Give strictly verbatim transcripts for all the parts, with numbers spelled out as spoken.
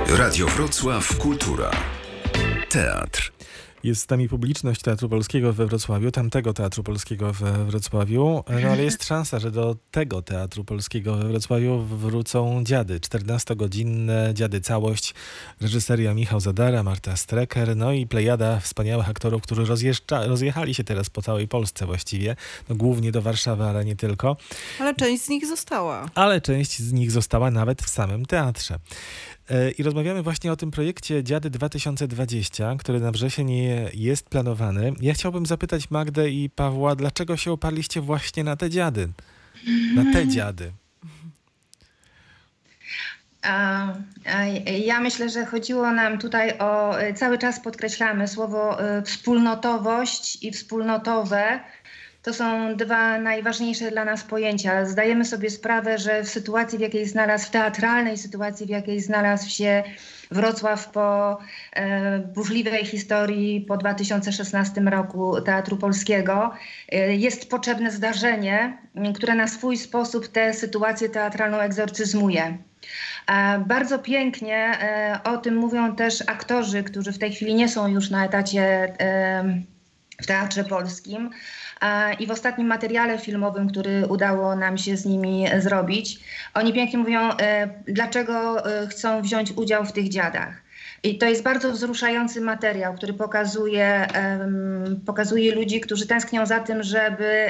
Radio Wrocław Kultura. Teatr. Jest z nami publiczność Teatru Polskiego we Wrocławiu, tamtego Teatru Polskiego we Wrocławiu, no ale jest szansa, że do tego Teatru Polskiego we Wrocławiu wrócą Dziady. czternastogodzinne Dziady Całość, reżyseria Michał Zadara, Marta Strecker, no i plejada wspaniałych aktorów, którzy rozjeżdża, rozjechali się teraz po całej Polsce właściwie, no głównie do Warszawy, ale nie tylko. Ale część z nich została. Ale część z nich została nawet w samym teatrze. I rozmawiamy właśnie o tym projekcie Dziady dwa tysiące dwadzieścia, który na wrzesień jest planowany. Ja chciałbym zapytać Magdę i Pawła, dlaczego się oparliście właśnie na te dziady? Na te dziady. Ja myślę, że chodziło nam tutaj o, cały czas podkreślamy słowo wspólnotowość i wspólnotowe. To są dwa najważniejsze dla nas pojęcia. Zdajemy sobie sprawę, że w sytuacji, w jakiej znalazł, w teatralnej sytuacji, w jakiej znalazł się Wrocław po e, burzliwej historii po dwa tysiące szesnastym roku Teatru Polskiego, e, jest potrzebne zdarzenie, które na swój sposób tę sytuację teatralną egzorcyzmuje. E, bardzo pięknie e, o tym mówią też aktorzy, którzy w tej chwili nie są już na etacie e, w Teatrze Polskim. I w ostatnim materiale filmowym, który udało nam się z nimi zrobić, oni pięknie mówią, dlaczego chcą wziąć udział w tych dziadach. I to jest bardzo wzruszający materiał, który pokazuje, pokazuje ludzi, którzy tęsknią za tym, żeby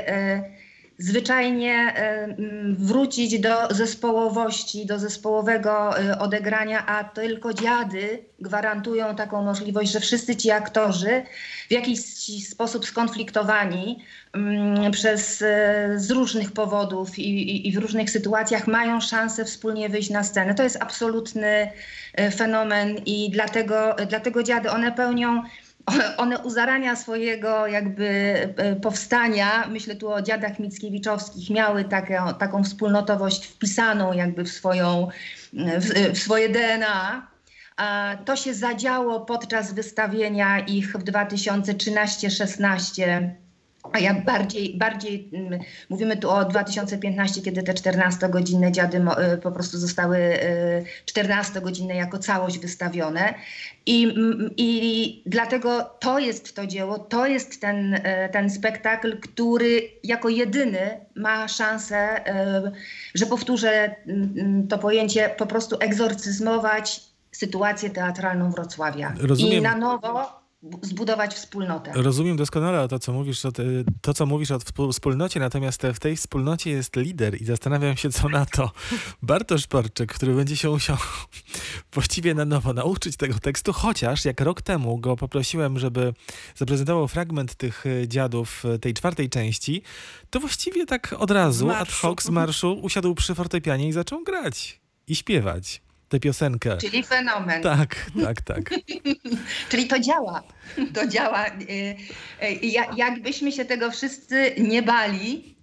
zwyczajnie wrócić do zespołowości, do zespołowego odegrania, a tylko dziady gwarantują taką możliwość, że wszyscy ci aktorzy w jakiś sposób skonfliktowani przez, z różnych powodów i, i, i w różnych sytuacjach mają szansę wspólnie wyjść na scenę. To jest absolutny fenomen i dlatego, dlatego dziady, one pełnią One u zarania swojego jakby powstania, myślę tu o dziadach Mickiewiczowskich, miały taką, taką wspólnotowość wpisaną jakby w, swoją, w, w swoje D N A. A to się zadziało podczas wystawienia ich w dwa tysiące trzynastym szesnastym. A ja bardziej, bardziej mówimy tu o dwa tysiące piętnastym, kiedy te czternastogodzinne dziady po prostu zostały czternastogodzinne jako całość wystawione. I, I dlatego to jest to dzieło, to jest ten, ten spektakl, który jako jedyny ma szansę, że powtórzę to pojęcie, po prostu egzorcyzmować sytuację teatralną Wrocławia. Rozumiem. I na nowo zbudować wspólnotę. Rozumiem doskonale to, co mówisz o, te, to, co mówisz o wspólnocie, natomiast w tej wspólnocie jest lider i zastanawiam się, co na to Bartosz Porczyk, który będzie się musiał właściwie na nowo nauczyć tego tekstu, chociaż jak rok temu go poprosiłem, żeby zaprezentował fragment tych dziadów tej czwartej części, to właściwie tak od razu ad hoc z marszu usiadł przy fortepianie i zaczął grać i śpiewać tę piosenkę. Czyli fenomen. Tak, tak, tak. Czyli to działa. To działa. Jakbyśmy się tego wszyscy nie bali,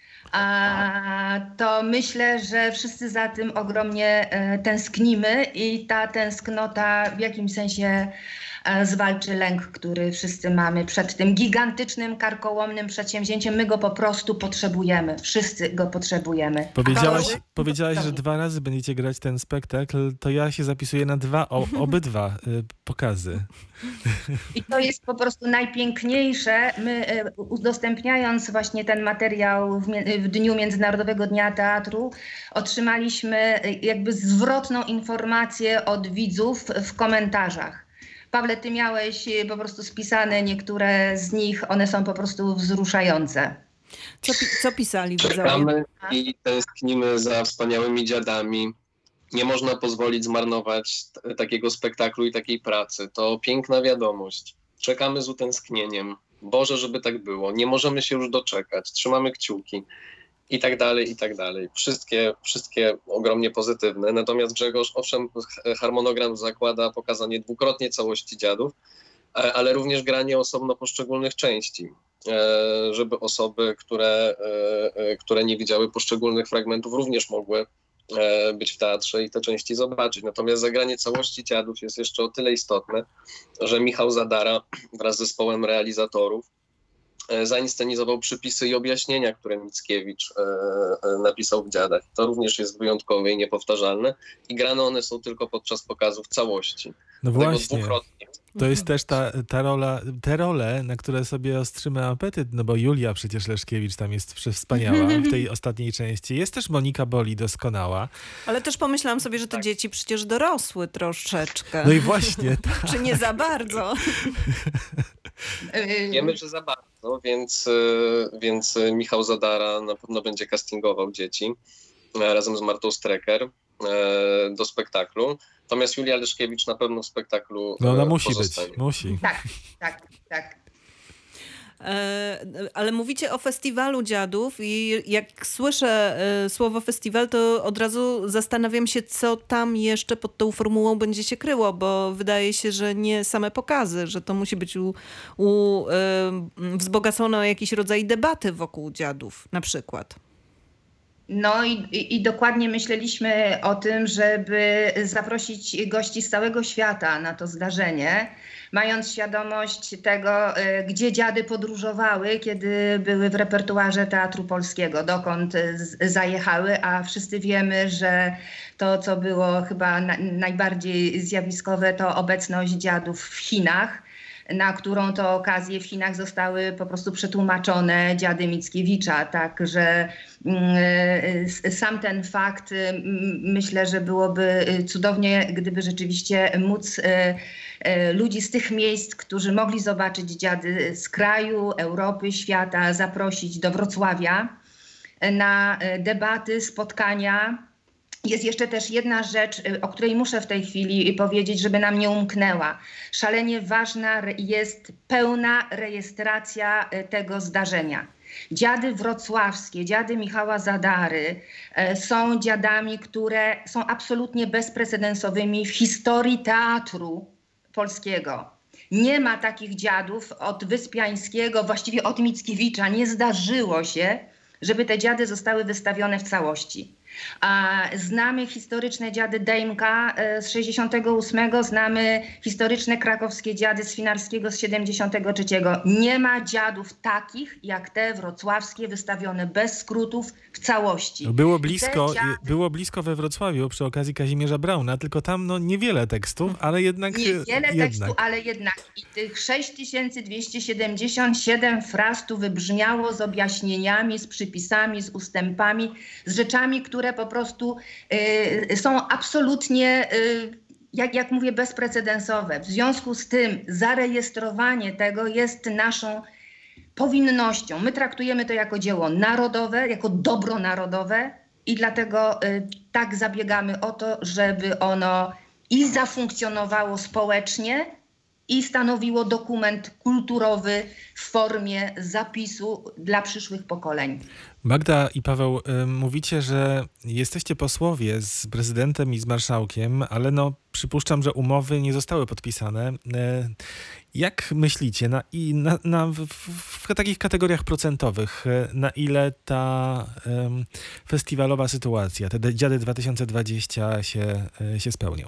a to myślę, że wszyscy za tym ogromnie tęsknimy i ta tęsknota w jakimś sensie zwalczy lęk, który wszyscy mamy przed tym gigantycznym, karkołomnym przedsięwzięciem. My go po prostu potrzebujemy. Wszyscy go potrzebujemy. Powiedziałaś, to... powiedziałaś że dwa razy będziecie grać ten spektakl, to ja się zapisuję na dwa, o, obydwa y, pokazy. I to jest po prostu najpiękniejsze. My y, udostępniając właśnie ten materiał w, w Dniu Międzynarodowego Dnia Teatru, otrzymaliśmy y, jakby zwrotną informację od widzów w komentarzach. Pawle, ty miałeś po prostu spisane niektóre z nich, one są po prostu wzruszające. Co, pi- co pisali? Czekamy i tęsknimy za wspaniałymi dziadami. Nie można pozwolić zmarnować t- takiego spektaklu i takiej pracy. To piękna wiadomość. Czekamy z utęsknieniem. Boże, żeby tak było. Nie możemy się już doczekać. Trzymamy kciuki. I tak dalej, i tak dalej. Wszystkie, wszystkie ogromnie pozytywne. Natomiast Grzegorz, owszem, harmonogram zakłada pokazanie dwukrotnie całości dziadów, ale również granie osobno poszczególnych części, żeby osoby, które, które nie widziały poszczególnych fragmentów, również mogły być w teatrze i te części zobaczyć. Natomiast zagranie całości dziadów jest jeszcze o tyle istotne, że Michał Zadara wraz z zespołem realizatorów zainscenizował przypisy i objaśnienia, które Mickiewicz napisał w Dziadach. To również jest wyjątkowe i niepowtarzalne i grane one są tylko podczas pokazu w całości. No Dlatego właśnie. dwukrotnie. To jest też ta, ta rola, te role, na które sobie ostrzymy apetyt, no bo Julia przecież Leszkiewicz tam jest wspaniała w tej ostatniej części. Jest też Monika Boli doskonała. Ale też pomyślałam sobie, że te Tak. dzieci przecież dorosły troszeczkę. No i właśnie, tak. Czy nie za bardzo? Wiemy, że za bardzo, więc, y, więc Michał Zadara na pewno będzie castingował dzieci e, razem z Martą Strecker e, do spektaklu. Natomiast Julia Leszkiewicz na pewno w spektaklu No ona e, musi pozostanie. być, musi. Tak, tak, tak. E, ale mówicie o festiwalu dziadów i jak słyszę e, słowo festiwal, to od razu zastanawiam się, co tam jeszcze pod tą formułą będzie się kryło, bo wydaje się, że nie same pokazy, że to musi być u, u, e, wzbogacone o jakiś rodzaj debaty wokół dziadów na przykład. No i, i, i dokładnie myśleliśmy o tym, żeby zaprosić gości z całego świata na to zdarzenie, mając świadomość tego, y, gdzie dziady podróżowały, kiedy były w repertuarze Teatru Polskiego, dokąd y, z- zajechały, a wszyscy wiemy, że to, co było chyba na, najbardziej zjawiskowe, to obecność dziadów w Chinach, na którą to okazję w Chinach zostały po prostu przetłumaczone Dziady Mickiewicza. Także mm, s- sam ten fakt, y, m, myślę, że byłoby y, cudownie, gdyby rzeczywiście móc y, y, ludzi z tych miejsc, którzy mogli zobaczyć dziady z kraju, Europy, świata, zaprosić do Wrocławia y, na y, debaty, spotkania. Jest jeszcze też jedna rzecz, y, o której muszę w tej chwili powiedzieć, żeby nam nie umknęła. Szalenie ważna re- jest pełna rejestracja y, tego zdarzenia. Dziady wrocławskie, dziady Michała Zadary y, są dziadami, które są absolutnie bezprecedensowymi w historii teatru polskiego. Nie ma takich dziadów od Wyspiańskiego, właściwie od Mickiewicza. Nie zdarzyło się, żeby te dziady zostały wystawione w całości. A znamy historyczne dziady Dejmka e, z sześćdziesiątego ósmego, znamy historyczne krakowskie dziady z Finarskiego z siedemdziesiątego trzeciego. Nie ma dziadów takich jak te wrocławskie, wystawione bez skrótów w całości. Było I blisko, te dziady- było blisko we Wrocławiu przy okazji Kazimierza Brauna, tylko tam no niewiele tekstów, ale jednak Niewiele jednak. tekstu, ale jednak i tych sześć tysięcy dwieście siedemdziesiąt siedem fraz tu wybrzmiało z objaśnieniami, z przypisami, z ustępami, z rzeczami, które po prostu y, są absolutnie, y, jak, jak mówię, bezprecedensowe. W związku z tym zarejestrowanie tego jest naszą powinnością. My traktujemy to jako dzieło narodowe, jako dobro narodowe i dlatego y, tak zabiegamy o to, żeby ono i zafunkcjonowało społecznie, i stanowiło dokument kulturowy w formie zapisu dla przyszłych pokoleń. Magda i Paweł, y, mówicie, że jesteście posłowie z prezydentem i z marszałkiem, ale no przypuszczam, że umowy nie zostały podpisane. Y, Jak myślicie, na, i na, na, w, w, w takich kategoriach procentowych, y, na ile ta ym, festiwalowa sytuacja, te Dziady dwa tysiące dwadzieścia się, y, się spełnią?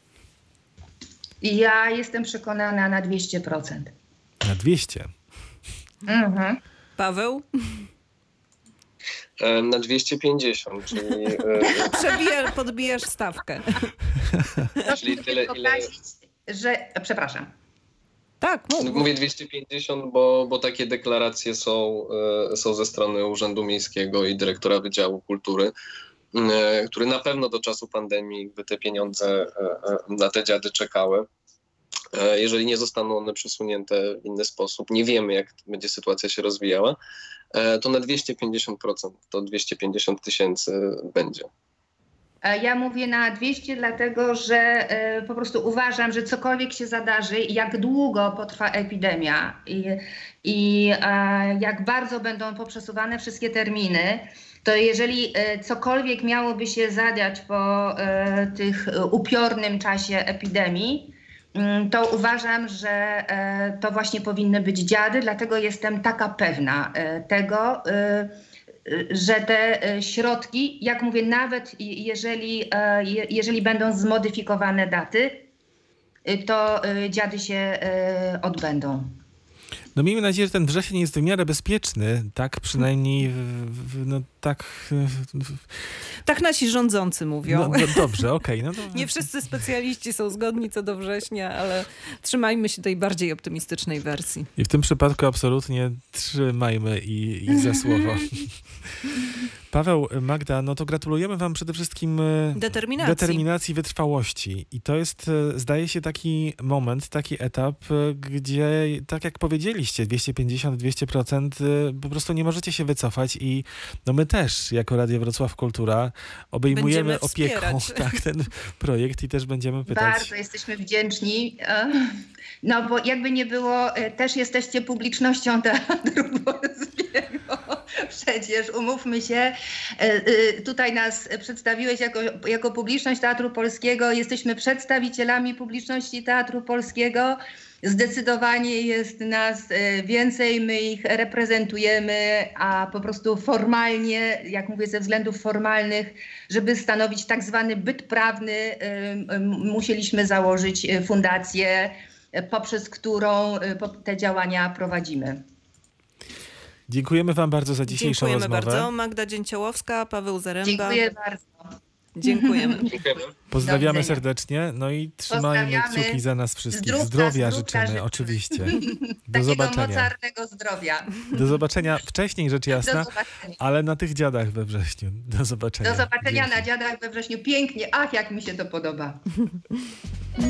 I ja jestem przekonana na dwieście procent. Na dwieście. Mhm. Paweł? E, Na dwieście pięćdziesiąt, czyli, e, Przebija, podbijasz stawkę. czyli tyle, ile... Pokazać, że... Przepraszam. Tak, mów. Mówię dwieście pięćdziesiąt, bo, bo takie deklaracje są, e, są ze strony Urzędu Miejskiego i dyrektora Wydziału Kultury, e, który na pewno do czasu pandemii by te pieniądze e, e, na te dziady czekały. E, Jeżeli nie zostaną one przesunięte w inny sposób, nie wiemy, jak będzie sytuacja się rozwijała, e, to na dwieście pięćdziesiąt procent, to dwieście pięćdziesiąt tysięcy będzie. E, Ja mówię na dwieście, dlatego że e, po prostu uważam, że cokolwiek się zadarzy, jak długo potrwa epidemia i, i e, jak bardzo będą poprzesuwane wszystkie terminy, to jeżeli e, cokolwiek miałoby się zadziać po e, tych e, upiornym czasie epidemii, mm, to uważam, że e, to właśnie powinny być dziady, dlatego jestem taka pewna e, tego, e, że te e, środki, jak mówię, nawet i- jeżeli, e, je- jeżeli będą zmodyfikowane daty, y, to e, dziady się e, odbędą. No miejmy nadzieję, że ten wrzesień jest w miarę bezpieczny, tak przynajmniej, w, w, no tak... W, Tak nasi rządzący mówią. no, no dobrze, okej. Okay, no to... Nie wszyscy specjaliści są zgodni co do września, ale trzymajmy się tej bardziej optymistycznej wersji. I w tym przypadku absolutnie trzymajmy i, ich za słowo. Paweł, Magda, no to gratulujemy wam przede wszystkim Determinacji. determinacji, wytrwałości. I to jest, zdaje się, taki moment, taki etap, gdzie, tak jak powiedzieliście, dwieście pięćdziesiąt do dwustu procent po prostu nie możecie się wycofać i no my też, jako Radio Wrocław Kultura, obejmujemy opieką tak, ten projekt i też będziemy pytać. Bardzo jesteśmy wdzięczni. No bo jakby nie było, też jesteście publicznością Teatru Polskiego. Przecież umówmy się, tutaj nas przedstawiłeś jako, jako publiczność Teatru Polskiego. Jesteśmy przedstawicielami publiczności Teatru Polskiego. Zdecydowanie jest nas więcej, my ich reprezentujemy, a po prostu formalnie, jak mówię, ze względów formalnych, żeby stanowić tak zwany byt prawny, musieliśmy założyć fundację, poprzez którą te działania prowadzimy. Dziękujemy wam bardzo za dzisiejszą Dziękujemy rozmowę. bardzo. Magda Dzięciołowska, Paweł Zaręba. Dziękuję bardzo. Dziękujemy. Dziękujemy. Pozdrawiamy serdecznie, no i trzymajmy kciuki za nas wszystkich. Zdrówka, Zdrowia zdrówka życzymy, życzymy. oczywiście. Do Takiego zobaczenia. mocarnego zdrowia. Do zobaczenia wcześniej, rzecz Do jasna, zobaczenia. ale na tych dziadach we wrześniu. Do zobaczenia. Do zobaczenia Dzięki. na dziadach we wrześniu. Pięknie. Ach, jak mi się to podoba.